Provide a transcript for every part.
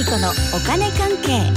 子のお金関係。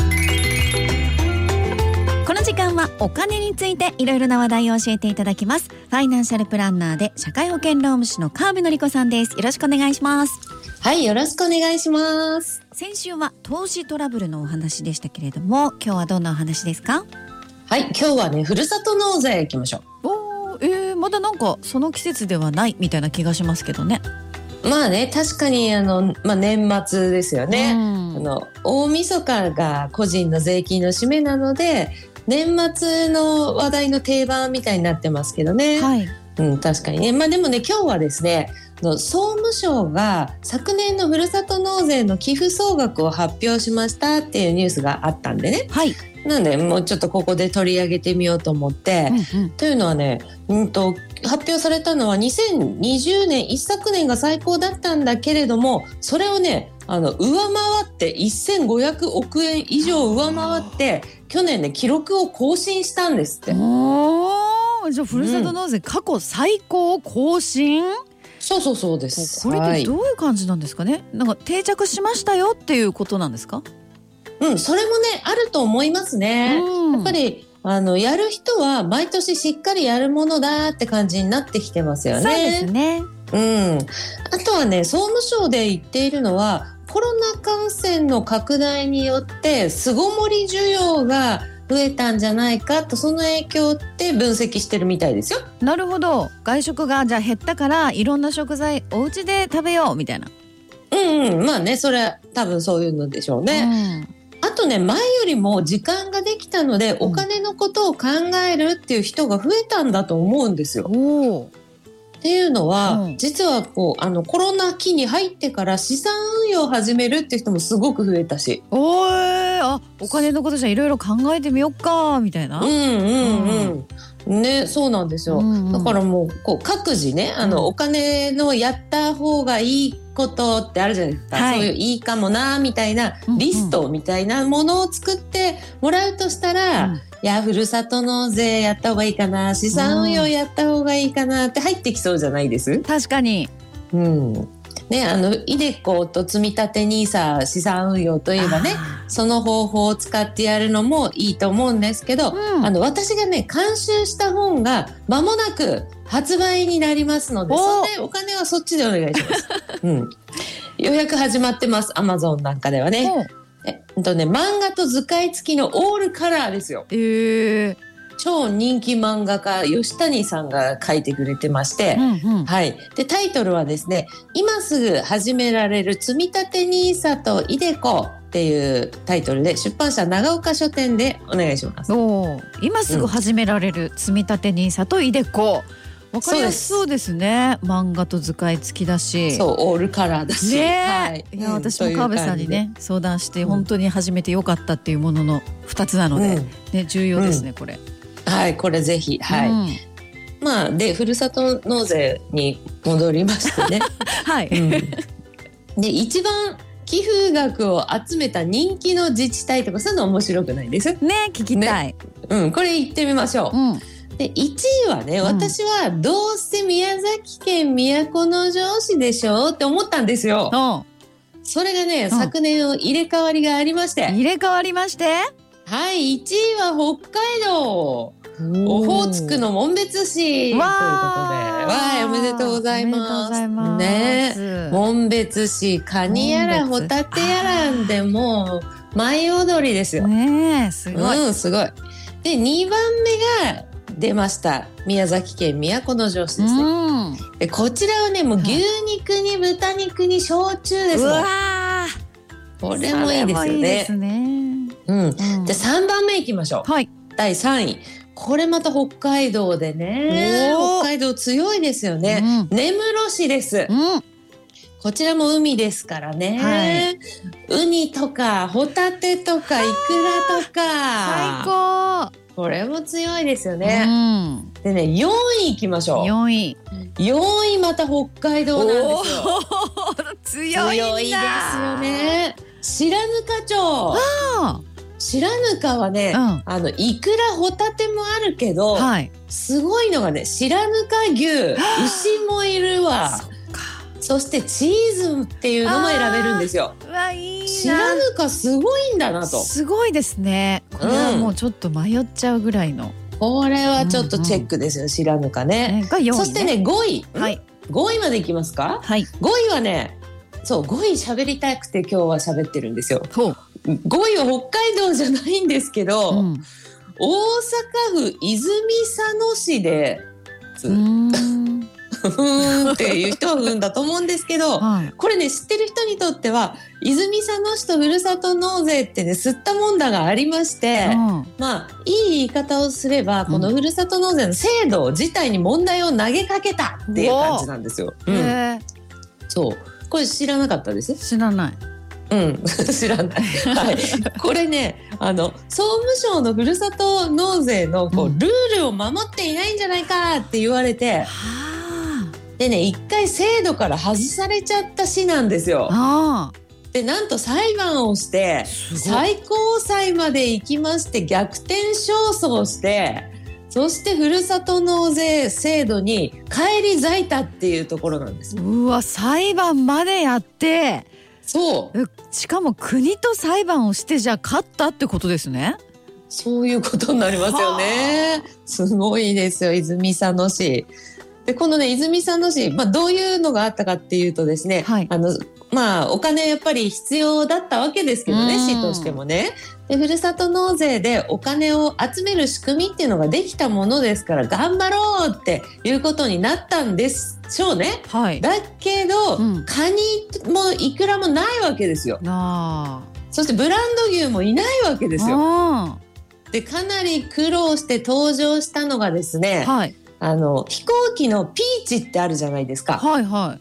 この時間はお金についていろいろな話題を教えていただきます。ファイナンシャルプランナーで社会保険労務士の川辺典子さんです。よろしくお願いします。 はい、よろしくお願いします。 先週は投資トラブルのお話でしたけれども、今日はどんなお話ですか？ はい、今日はね、ふるさと納税行きましょう。まだなんかその季節ではないみたいな気がしますけどね。 まあね、確かに年末ですよね。大晦日が個人の税金の締めなので、年末の話題の定番みたいになってますけどね。 はい。 確かにね。でもね、今日はですね、総務省が昨年のふるさと納税の寄付総額を発表しましたっていうニュースがあったんでね。 はい。 なのでもうちょっとここで取り上げてみようと思って、というのはね、発表されたのは2020年一昨年が最高だったんだけれども、それをね上回って1500億円以上上回って去年ね記録を更新したんですって。 じゃあふるさと納税、過去最高更新？ そうです。 これってどういう感じなんですかね。なんか定着しましたよっていうことなんですか？ それもねあると思いますね。やっぱりやる人は毎年しっかりやるものだって感じになってきてますよね。 そうですね。 あとはね、総務省で言っているのは、コロナ感染の拡大によって巣ごもり需要が増えたんじゃないかと、その影響って分析してるみたいですよ。 なるほど。外食がじゃあ減ったからいろんな食材お家で食べようみたいな。 まあね、それは多分そういうのでしょうね。あとね、前よりも時間ができたので、お金のことを考えるっていう人が増えたんだと思うんですよ。っていうのは、実はコロナ期に入ってから資産運用を始めるっていう人もすごく増えたし、 お金のことじゃいろいろ考えてみよっかみたいな。 ね、そうなんですよ。だからもう各自ね、お金のやった方がいいことってあるじゃないですか。そういういいかもなみたいなリストみたいなものを作ってもらうとしたら、いや、ふるさと納税やった方がいいかな、資産運用やった方がいいかなって入ってきそうじゃないです？ 確かに。 ね、iDeCoと積立 NISA 資産運用といえばね、その方法を使ってやるのもいいと思うんですけど、私がね監修した本が間もなく発売になりますので、それでお金はそっちでお願いします。予約始まってます。 Amazon なんかではね。漫画と図解付きのオールカラーですよ。超人気漫画家吉谷さんが書いてくれてまして、でタイトルはですね、今すぐ始められる積立 NISA とiDeCoっていうタイトルで、出版社長岡書店でお願いします。 今すぐ始められる積立 NISA とiDeCo、わかりやすそうですね。漫画と図解付きだし、 オールカラーだし、 いや、私も川辺さんにね相談して本当に始めてよかったっていうものの2つなので、重要ですね、これ。 これぜひ。でふるさと納税に戻りましてね。で一番寄付額を集めた人気の自治体とか、そういうの面白くないですね？ 聞きたい。 これ言ってみましょう。で1位はね、私はどうせ宮崎県都城市でしょって思ったんですよ。それがね、昨年の入れ替わりがありまして。 1位は北海道オホーツクの紋別市ということで、おめでとうございますね。紋別市、カニやらホタテやらんでもう舞踊りですよ。すごい。すごい。で2番目が出ました。宮崎県都城市ですね。でこちらはね、もう牛肉に豚肉に焼酎ですもん。これもいいですよね。で3番目いきましょう。第3位。これまた北海道でね、北海道強いですよね。根室市です。こちらも海ですからね。ウニとかホタテとかイクラとか、 最高。 これも強いですよね。でね、4位いきましょう。4位また北海道なんですよ。強いですよね。白糠町。白糠はね、イクラホタテもあるけど、すごいのがね、白糠牛、牛もいるわ。 そしてチーズっていうのも選べるんですよ。 うわ、いいな。 白ぬかすごいんだなと。 すごいですね。これはもうちょっと迷っちゃうぐらいの、 これはちょっとチェックですよ、白ぬかね。 が4位ね。 そしてね、5位、 はい、 5位までいきますか。 はい、 5位はね、そう、5位喋りたくて今日は喋ってるんですよ。 ほう。 5位は北海道じゃないんですけど、大阪府泉佐野市でふーんっていう人はふーんだと思うんですけど、はい、これね、知ってる人にとっては泉佐野市とふるさと納税ってね、吸ったもんだがありまして、まあいい言い方をすれば、このふるさと納税の制度自体に問題を投げかけたっていう感じなんですよ。そう、これ知らなかったです？ 知らない。 知らない。はい。これね、総務省のふるさと納税のルールを守っていないんじゃないかって言われて、でね、一回制度から外されちゃった市なんですよ。で、なんと裁判をして最高裁まで行きまして、逆転勝訴して、そしてふるさと納税制度に返り咲いたっていうところなんです。 うわ、裁判までやって、 そうしかも国と裁判をして、じゃあ勝ったってことですね。 そういうことになりますよね。すごいですよ、泉佐野市で。このね、泉佐野市、どういうのがあったかっていうとですね、はい、お金やっぱり必要だったわけですけどね、市としてもね。で、ふるさと納税でお金を集める仕組みっていうのができたものですから、頑張ろうっていうことになったんでしょうね。はい、だけど、カニもイクラもないわけですよ。そしてブランド牛もいないわけですよ。で、かなり苦労して登場したのがですね、はい、飛行機のピーチってあるじゃないですか。はいはい、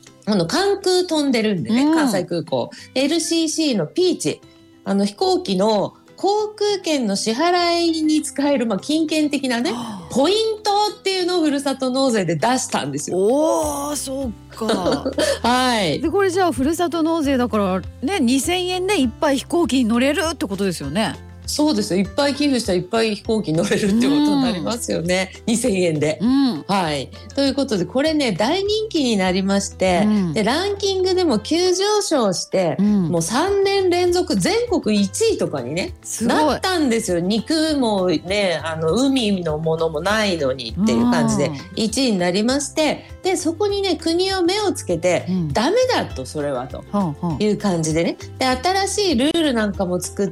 関空飛んでるんでね、関西空港 LCC のピーチ、飛行機の航空券の支払いに使える、金券的なね、ポイントっていうのをふるさと納税で出したんですよ。 おー、そうか。はい。で、これじゃあふるさと納税だからね、2000円でいっぱい飛行機に乗れるってことですよね。 そうですよ、いっぱい寄付したらいっぱい飛行機乗れるってことになりますよね、2000円で、はい。ということで、これね、大人気になりまして、でランキングでも急上昇して、もう3年連続全国1位とかにねなったんですよ。肉もね、海のものもないのにっていう感じで1位になりまして、でそこにね、国は目をつけて、ダメだと、それはという感じでね、で新しいルールなんかも作って、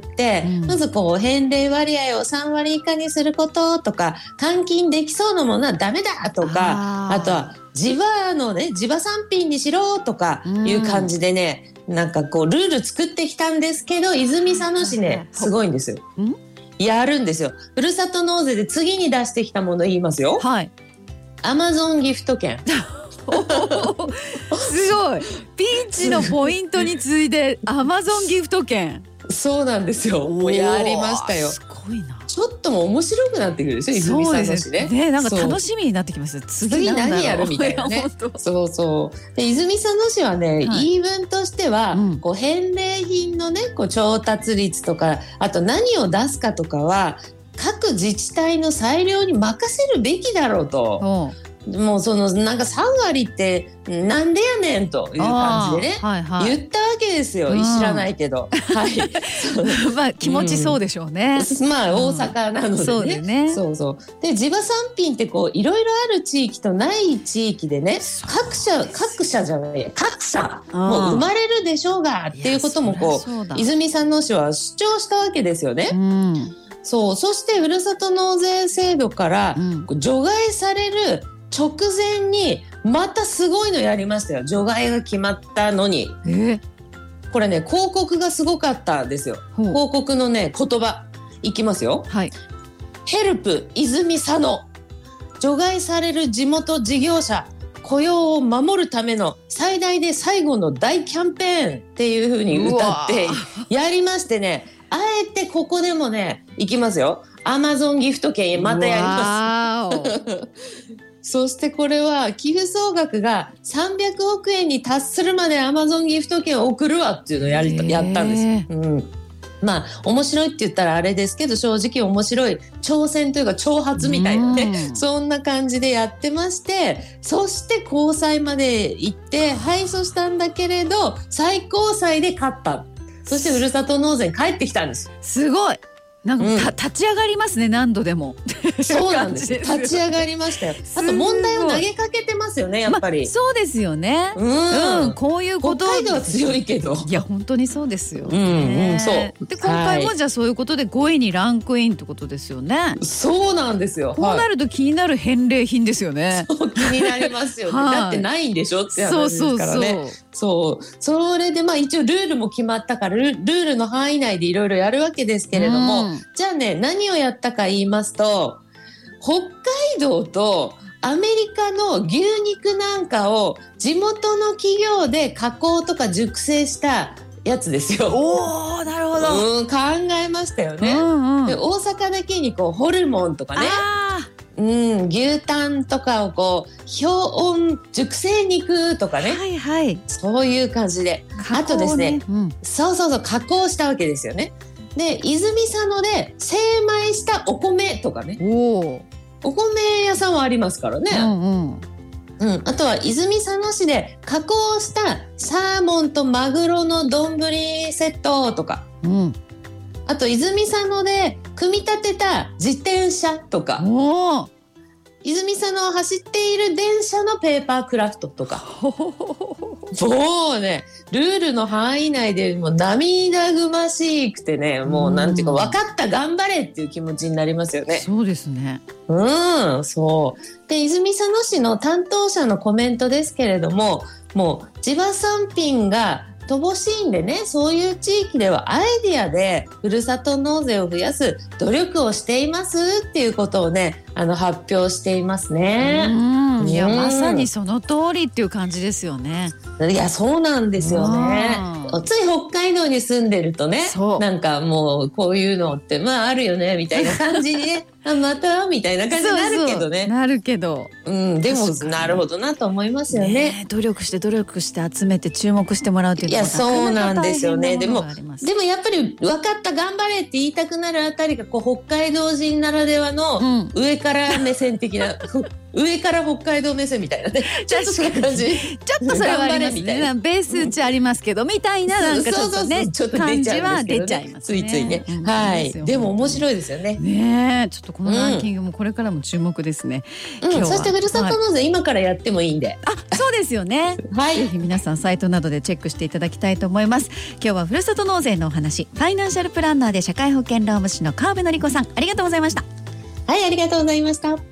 まず返礼割合を3割以下にすることとか、換金できそうなものはダメだとか、あとは地場のね、地場産品にしろとかいう感じでね、なんかルール作ってきたんですけど、泉佐野市ね、すごいんですよ。やるんですよ。ふるさと納税で次に出してきたもの言いますよ。はい。アマゾンギフト券。 すごい。ピーチのポイントに次いでアマゾンギフト券。 そうなんですよ。もうやりましたよ。 すごいな。 ちょっとも面白くなってくるでしょ、泉佐野市ね。 ね、なんか楽しみになってきます。 次何やるみたいなね。そうそう。で、泉佐野市はね、言い分としては、返礼品のね、調達率とか、あと何を出すかとかは各自治体の裁量に任せるべきだろうと。もうなんか3割ってなんでやねんという感じでね、言ったわけですよ。知らないけど、はい。 気持ちそうでしょうね。 大阪なのでね。そうだね。そうそう。で、地場産品っていろいろある地域とない地域でね、各社じゃない、格差もう生まれるでしょうがっていうことも泉佐野市は主張したわけですよね。そう。そしてふるさと納税制度から除外される直前にまたすごいのやりましたよ。除外が決まったのに、これね、広告がすごかったんですよ。広告のね、言葉いきますよ。はい。ヘルプ泉佐野、除外される地元事業者雇用を守るための最大で最後の大キャンペーンっていう風に歌ってやりましてね、あえてここでもね、いきますよ。アマゾンギフト券またやりますそしてこれは寄付総額が300億円に達するまでアマゾンギフト券を送るわっていうのをやったんですよ。 まあ面白いって言ったらあれですけど、正直面白い挑戦というか挑発みたいなね、そんな感じでやってまして、そして高裁まで行って敗訴したんだけれど最高裁で勝った。そしてふるさと納税に帰ってきたんです。 すごい。なんか、立ち上がりますね、何度でも。 そうなんです。立ち上がりましたよ。あと問題を投げかけてますよね、やっぱり。 そうですよね。こういうこと北海道は強いけど。 いや本当にそうですよ。 そう。 で今回もじゃあそういうことで5位にランクインってことですよね。 そうなんですよ。 こうなると気になる返礼品ですよね。 そう気になりますよね。だってないんでしょって話ですからね。それで一応ルールも決まったからルールの範囲内でいろいろやるわけですけれども、じゃあね、何をやったか言いますと、北海道とアメリカの牛肉なんかを地元の企業で加工とか熟成したやつですよ。 おー、なるほど。 考えましたよね。で大阪だけにホルモンとかね、牛タンとかを氷温熟成肉とかね、そういう感じで、あとですね、そう加工したわけですよね。で泉佐野で精米したお米とかね、お米屋さんはありますからね。あとは泉佐野市で加工したサーモンとマグロの丼セットとか、あと泉佐野で組み立てた自転車とか、泉佐野を走っている電車のペーパークラフトとかもうね、ルールの範囲内でもう涙ぐましくてね、もうなんていうか、分かった頑張れっていう気持ちになりますよね。 そうですね。 そうで泉佐野市の担当者のコメントですけれども、もう地場産品が乏しいんでね、そういう地域ではアイディアでふるさと納税を増やす努力をしていますっていうことをね、発表していますね。 いやまさにその通りっていう感じですよね。 いやそうなんですよね。つい北海道に住んでるとね、なんかもうこういうのってあるよねみたいな感じにねまたみたいな感じになるけどね。 なるけど、 でもなるほどなと思いますよね。 努力して集めて注目してもらうっていうのはそうなんですよね。でもやっぱり分かった頑張れって言いたくなるあたりが北海道人ならではの上から目線的な上から北海道目線みたいなね、ちょっとそんな感じ、 ちょっとそれはありますね。ベース打ちありますけどみたいな、なんかちょっとね感じは出ちゃいますね。 ついついね。でも面白いですよね。 ちょっとこのランキングもこれからも注目ですね。 そしてふるさと納税今からやってもいいんで。 そうですよね。ぜひ皆さんサイトなどでチェックしていただきたいと思います。今日はふるさと納税のお話、ファイナンシャルプランナーで社会保険労務士の川辺典子さん、ありがとうございました。 ありがとうございました。